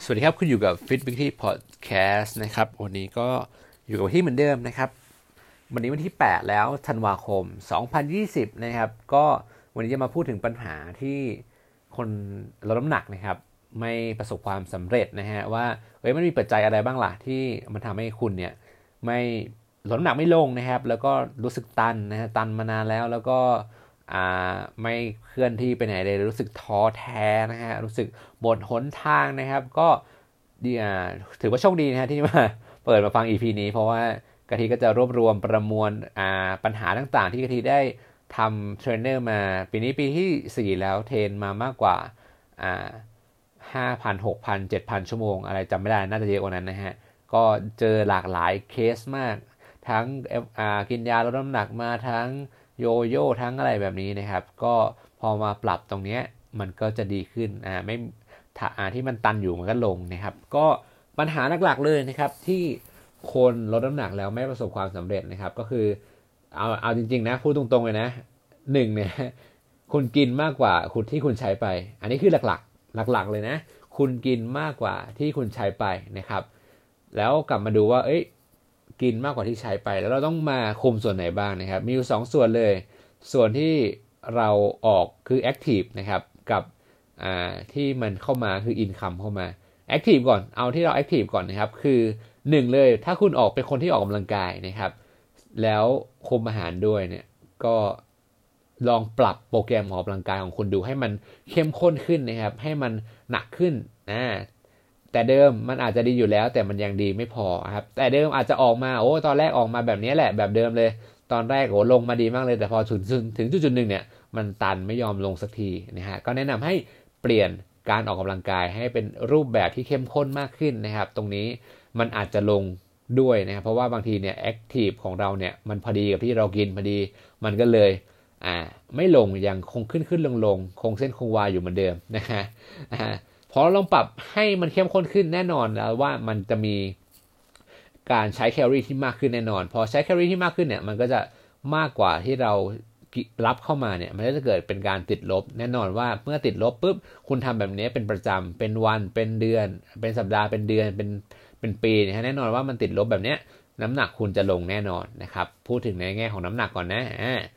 สวัสดีครับคุณอยู่กับ Fit Weekly Podcast นะครับวันนี้ก็อยู่กับที่เหมือนเดิมนะครับวันนี้วันที่8แล้วธันวาคม2020นะครับก็วันนี้จะมาพูดถึงปัญหาที่คนลดน้ำหนักนะครับไม่ประสบความสำเร็จนะฮะว่ามันมีปัจจัยอะไรบ้างล่ะที่มันทำให้คุณเนี่ยไม่ลดน้ำหนักไม่ลงนะครับแล้วก็รู้สึกตันนะฮะตันมานานแล้วก็ไม่เคลื่อนที่ไปไหนเลยรู้สึกท้อแท้นะฮะรู้สึกหมดหนทางนะครับก็ถือว่าโชคดีนะฮะที่มาเปิดมาฟัง EP นี้เพราะว่ากะทิก็จะรวบรวมประมวลปัญหาต่างๆที่กะทิได้ทำเทรนเนอร์มาปีนี้ปีที่4แล้วเทรนมามากกว่า5,000 6,000 7,000 ชั่วโมงอะไรจำไม่ได้น่าจะเยอะกว่านั้นนะฮะก็เจอหลากหลายเคสมากทั้งกินยาลดน้ำหนักมาทั้งโยโย่ทั้งอะไรแบบนี้นะครับก็พอมาปรับตรงนี้มันก็จะดีขึ้นไม่ที่มันตันอยู่มันก็ลงนะครับก็ปัญหาหลักๆเลยนะครับที่คนลดน้ำหนักแล้วไม่ประสบความสำเร็จนะครับก็คือเอาจริงๆนะพูดตรงๆเลยนะ1เนี่ยคุณกินมากกว่าคุณที่คุณใช้ไปอันนี้คือหลักเลยนะคุณกินมากกว่าที่คุณใช้ไปนะครับแล้วกลับมาดูว่ากินมากกว่าที่ใช้ไปแล้วเราต้องมาคุมส่วนไหนบ้างนะครับมีอยู่2ส่วนเลยส่วนที่เราออกคือ active นะครับกับที่มันเข้ามาคือ income เข้ามา active ก่อนเอาที่เรา active ก่อนนะครับคือ1เลยถ้าคุณออกเป็นคนที่ออกกำลังกายนะครับแล้วคุมอาหารด้วยเนี่ยก็ลองปรับโปรแกรมออกกำลังกายของคุณดูให้มันเข้มข้นขึ้นนะครับให้มันหนักขึ้นแต่เดิมมันอาจจะดีอยู่แล้วแต่มันยังดีไม่พอครับแต่เดิมอาจจะออกมาตอนแรกออกมาแบบนี้แหละแบบเดิมเลยตอนแรกลงมาดีมากเลยแต่พอถึงจุดหนึ่งเนี่ยมันตันไม่ยอมลงสักทีนะฮะก็แนะนำให้เปลี่ยนการออกกำลังกายให้เป็นรูปแบบที่เข้มข้นมากขึ้นนะครับตรงนี้มันอาจจะลงด้วยนะครับเพราะว่าบางทีเนี่ยแอคทีฟของเราเนี่ยมันพอดีกับที่เรากินพอดีมันก็เลยไม่ลงยังคงขึ้นลงคงเส้นคงวาอยู่เหมือนเดิมนะฮะพอเราลองปรับให้มันเข้มข้นขึ้นแน่นอนแล้วว่ามันจะมีการใช้แคลอรี่ที่มากขึ้นแน่นอนพอใช้แคลอรี่ที่มากขึ้นเนี่ยมันก็จะมากกว่าที่เรารับเข้ามาเนี่ยมันก็จะเกิดเป็นการติดลบแน่นอนว่าเมื่อติดลบปุ๊บคุณทำแบบนี้เป็นประจำเป็นวันเป็นเดือนเป็นสัปดาห์เป็นเดือนเป็นปีนะแน่นอนว่ามันติดลบแบบนี้น้ำหนักคุณจะลงแน่นอนนะครับพูดถึงในแง่ของน้ำหนักก่อนนะ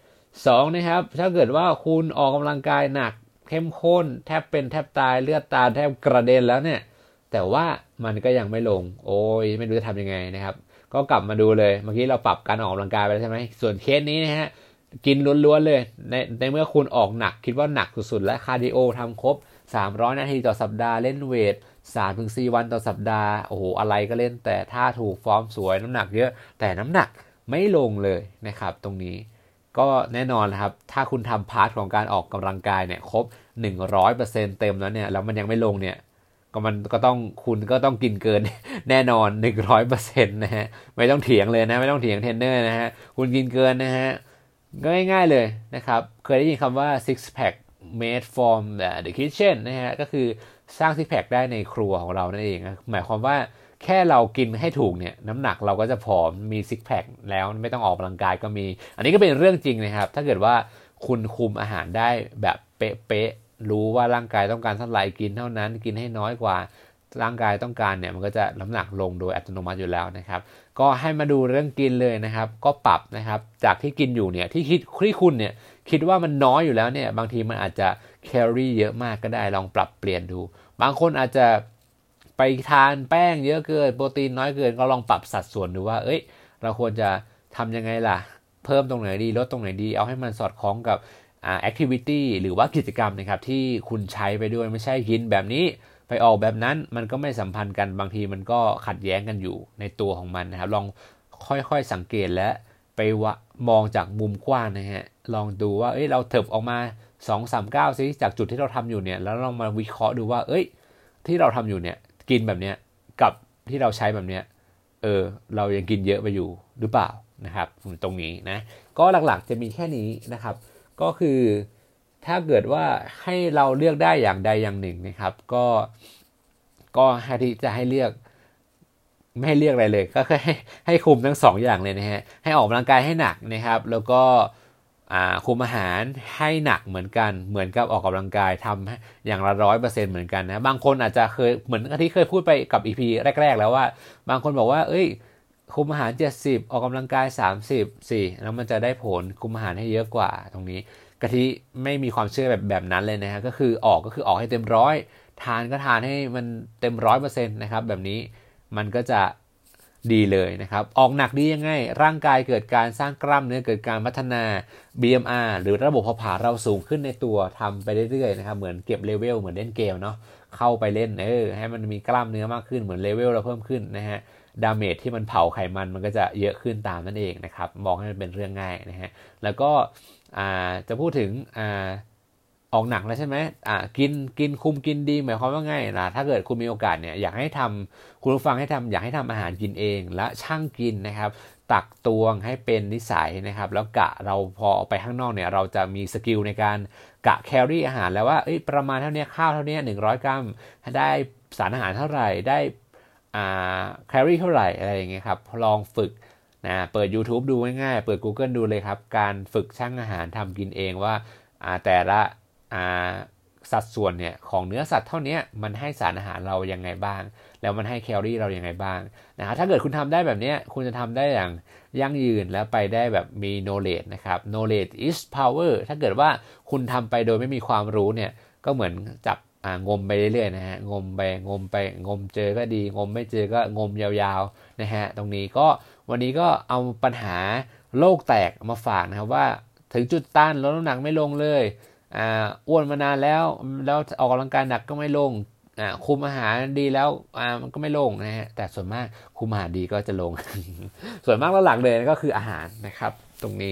2นะครับถ้าเกิดว่าคุณออกกำลังกายหนักเข้มข้นแทบเป็นแทบตายเลือดตาแทบกระเด็นแล้วเนี่ยแต่ว่ามันก็ยังไม่ลงไม่รู้จะทำยังไงนะครับก็กลับมาดูเลยเมื่อกี้เราปรับการออกกำลังกายไปแล้วใช่ไหมส่วนเคสนี้นะฮะกินล้วนๆเลยในเมื่อคุณออกหนักคิดว่าหนักสุดๆและคาร์ดิโอทำครบ300นาทีต่อสัปดาห์เล่นเวท 3-4 วันต่อสัปดาห์อะไรก็เล่นแต่ท่าถูกฟอร์มสวยน้ำหนักเยอะแต่น้ำหนักไม่ลงเลยนะครับตรงนี้ก็แน่นอนครับถ้าคุณทำพาร์ทของการออกกำลังกายเนี่ยครบ 100% เต็มแล้วเนี่ยแล้วมันยังไม่ลงเนี่ยคุณก็ต้องกินเกินแน่นอน 100% นะฮะไม่ต้องเถียงเลยนะไม่ต้องเถียงเทรนเนอร์นะฮะคุณกินเกินนะฮะก็ง่ายๆเลยนะครับเคยได้ยินคำว่า six pack made from the kitchen นะฮะก็คือสร้าง six pack ได้ในครัวของเรานั่นเองหมายความว่าแค่เรากินให้ถูกเนี่ยน้ำหนักเราก็จะผอมมีซิกแพคแล้วไม่ต้องออกกำลังกายก็มีอันนี้ก็เป็นเรื่องจริงนะครับถ้าเกิดว่าคุณคุมอาหารได้แบบเป๊ะๆรู้ว่าร่างกายต้องการเท่าไหร่กินเท่านั้นกินให้น้อยกว่าร่างกายต้องการเนี่ยมันก็จะน้ำหนักลงโดยอัตโนมัติอยู่แล้วนะครับก็ให้มาดูเรื่องกินเลยนะครับก็ปรับนะครับจากที่กินอยู่เนี่ยที่คุณเนี่ยคิดว่ามันน้อยอยู่แล้วเนี่ยบางทีมันอาจจะแคลอรี่เยอะมากก็ได้ลองปรับเปลี่ยนดูบางคนอาจจะไปทานแป้งเยอะเกินโปรตีนน้อยเกินก็ลองปรับสัดส่วนดูว่าเราควรจะทำยังไงล่ะเพิ่มตรงไหนดีลดตรงไหนดีเอาให้มันสอดคล้องกับactivity หรือว่ากิจกรรมนะครับที่คุณใช้ไปด้วยไม่ใช่กินแบบนี้ไปออกแบบนั้นมันก็ไม่สัมพันธ์กันบางทีมันก็ขัดแย้งกันอยู่ในตัวของมันนะครับลองค่อยๆสังเกตและไปมองจากมุมกว้างนะฮะลองดูว่าเราเถิบออกมา 2-3 ก้าวซิจากจุดที่เราทำอยู่เนี่ยแล้วลองมาวิเคราะห์ดูว่าที่เราทำอยู่เนี่ยกินแบบเนี้ยกับที่เราใช้แบบเนี้ยเรายังกินเยอะไปอยู่หรือเปล่านะครับตรงนี้นะก็หลักๆจะมีแค่นี้นะครับก็คือถ้าเกิดว่าให้เราเลือกได้อย่างใดอย่างหนึ่งนะครับก็ที่จะให้เลือกไม่ให้เลือกอะไรเลยก็คือให้คุมทั้ง2 อย่างเลยนะฮะให้ออกกำลังกายให้หนักนะครับแล้วก็คุมอาหารให้หนักเหมือนกันเหมือนกับออกกำลังกายทำอย่างละ100%เหมือนกันนะบางคนอาจจะเคยเหมือนที่เคยพูดไปกับ EP แรกๆแล้วว่าบางคนบอกว่าเอ้ยคุมอาหาร70ออกกำลังกาย30สิแล้วมันจะได้ผลคุมอาหารให้เยอะกว่าตรงนี้กะทิไม่มีความเชื่อแบบนั้นเลยนะฮะก็คือออกให้เต็มร้อยทานก็ทานให้มันเต็ม100%นะครับแบบนี้มันก็จะดีเลยนะครับออกหนักดียังไงร่างกายเกิดการสร้างกล้ามเนื้อเกิดการพัฒนา BMR หรือระบบเผาผลาญเราสูงขึ้นในตัวทำไปเรื่อยๆนะครับเหมือนเก็บเลเวลเหมือนเล่นเกมเนาะเข้าไปเล่นให้มันมีกล้ามเนื้อมากขึ้นเหมือนเลเวลเราเพิ่มขึ้นนะฮะดาเมจที่มันเผาไขมันมันก็จะเยอะขึ้นตามนั่นเองนะครับมองให้มันเป็นเรื่องง่ายนะฮะแล้วก็จะพูดถึงออกหนักแล้วใช่ไหมกินคุมกินดีหมายความว่าไงล่ะถ้าเกิดคุณมีโอกาสเนี่ยอยากให้ทำคุณผู้ฟังอยากให้ทำอาหารกินเองและช่างกินนะครับตักตวงให้เป็นนิสัยนะครับแล้วกะเราพอออกไปข้างนอกเนี่ยเราจะมีสกิลในการกะแคลอรี่อาหารแล้วว่าประมาณเท่านี้ข้าวเท่านี้100 กรัมได้สารอาหารเท่าไหร่ได้แคลอรี่เท่าไหร่อะไรอย่างเงี้ยครับลองฝึกนะเปิด YouTube ดูง่ายๆเปิด Google ดูเลยครับการฝึกชั่งอาหารทำกินเองว่าแต่ละสัดส่วนเนี่ยของเนื้อสัตว์เท่านี้มันให้สารอาหารเรายังไงบ้างแล้วมันให้แคลอรี่เรายังไงบ้างนะครับถ้าเกิดคุณทำได้แบบนี้คุณจะทำได้อย่างยั่งยืนแล้วไปได้แบบมี knowledge นะครับ knowledge is power ถ้าเกิดว่าคุณทำไปโดยไม่มีความรู้เนี่ยก็เหมือนจับงมไปเรื่อยๆนะฮะงมไปงมเจอก็ดีงมไม่เจอก็งมยาวๆนะฮะตรงนี้ก็วันนี้ก็เอาปัญหาโลกแตกมาฝากนะครับว่าถึงจุดต้านลดน้ำหนักไม่ลงเลยอ้วนมานานแล้วออกกำลังกายหนักก็ไม่ลงคุมอาหารดีแล้วมันก็ไม่ลงนะฮะแต่ส่วนมากคุมอาหารดีก็จะลง ส่วนมากแล้วหลักเลยก็คืออาหารนะครับตรงนี้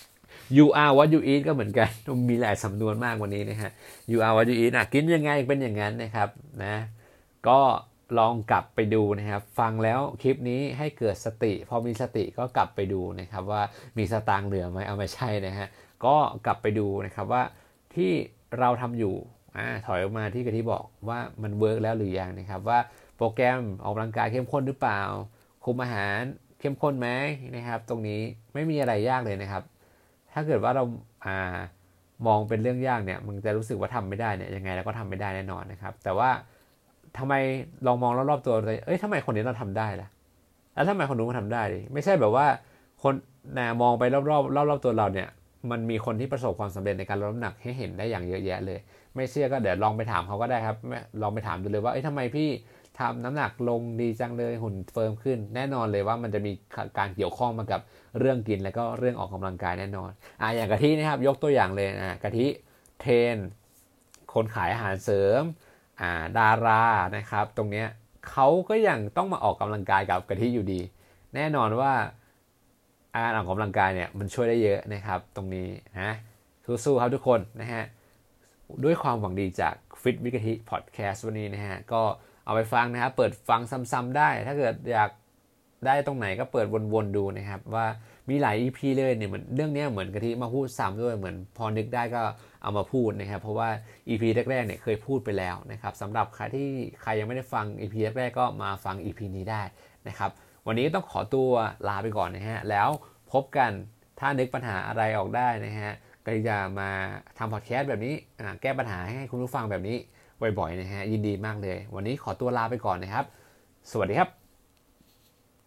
you are what you eat ก็เหมือนกันมีหลายสำนวนมากวันนี้นะฮะ you are what you eat กินยังไงเป็นอย่างนั้นนะครับนะก็ลองกลับไปดูนะครับฟังแล้วคลิปนี้ให้เกิดสติพอมีสติก็กลับไปดูนะครับว่ามีสตางค์เหลือไหมเอาไม่ใช่นะฮะก็กลับไปดูนะครับว่าที่เราทำอยู่ถอยออกมาที่กะทิบอกว่ามันเวิร์กแล้วหรือยังนะครับว่าโปรแกรมออกกำลังกายเข้มข้นหรือเปล่าคุมอาหารเข้มข้นไหมนะครับตรงนี้ไม่มีอะไรยากเลยนะครับถ้าเกิดว่าเรามองเป็นเรื่องยากเนี่ยมันจะรู้สึกว่าทำไม่ได้เนี่ยยังไงเราก็ทำไม่ได้แน่นอนนะครับแต่ว่าทำไมลองมองรอบๆตัวเลยทำไมคนนี้เราทำได้ล่ะแล้วทำไมคนนู้นมาทำได้ดิไม่ใช่แบบว่าคนมองไปรอบตัวเราเนี่ยมันมีคนที่ประสบความสำเร็จในการลดน้ำหนักให้เห็นได้อย่างเยอะแยะเลยไม่เชื่อก็เดี๋ยวลองไปถามเขาก็ได้ครับลองไปถามดูเลยว่าทำไมพี่ทำน้ำหนักลงดีจังเลยหุ่นเฟิร์มขึ้นแน่นอนเลยว่ามันจะมีการเกี่ยวข้องมากับเรื่องกินแล้วก็เรื่องออกกำลังกายแน่นอนอย่างกะทินะครับยกตัวอย่างเลยกะทิเทรนคนขายอาหารเสริมดารานะครับตรงเนี้ยเขาก็ยังต้องมาออกกำลังกายกับกะทิอยู่ดีแน่นอนว่าการออกกำลังกายเนี่ยมันช่วยได้เยอะนะครับตรงนี้นะสู้ๆครับทุกคนนะฮะด้วยความหวังดีจาก Fit with กะทิ Podcast วันนี้นะฮะก็เอาไปฟังนะครับเปิดฟังซ้ำๆได้ถ้าเกิดอยากได้ตรงไหนก็เปิดวนๆดูนะครับว่ามีหลาย EP เลยเนี่ยเหมือนเรื่องนี้เหมือนกะทิมาพูดซ้ำด้วยเหมือนพอนึกได้ก็เอามาพูดนะครับเพราะว่า EP แรกๆเนี่ยเคยพูดไปแล้วนะครับสำหรับใครยังไม่ได้ฟัง EP แรกๆก็มาฟัง EP นี้ได้นะครับวันนี้ต้องขอตัวลาไปก่อนนะฮะแล้วพบกันถ้านึกปัญหาอะไรออกได้นะฮะก็จะมาทำพอดแคสต์แบบนี้แก้ปัญหาให้คุณผู้ฟังแบบนี้บ่อยๆนะฮะยินดีมากเลยวันนี้ขอตัวลาไปก่อนนะครับสวัสดีครับ